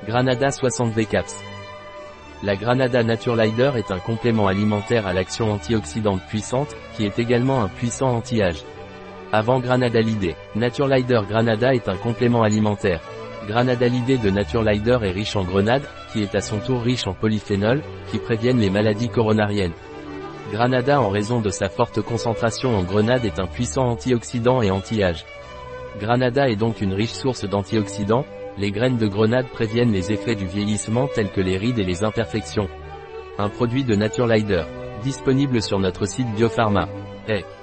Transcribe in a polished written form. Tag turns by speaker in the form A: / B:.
A: Granada 60V Caps. La Granada Naturelider est un complément alimentaire à l'action antioxydante puissante, qui est également un puissant anti-âge. Avant Granadalide. Naturelider Granada est un complément alimentaire. Granadalide de Naturelider est riche en grenade, qui est à son tour riche en polyphénol, qui préviennent les maladies coronariennes. Granada en raison de sa forte concentration en grenade est un puissant antioxydant et anti-âge. Granada est donc une riche source d'antioxydants. Les graines de grenade préviennent les effets du vieillissement tels que les rides et les imperfections. Un produit de Naturelider. Disponible sur notre site Biopharma.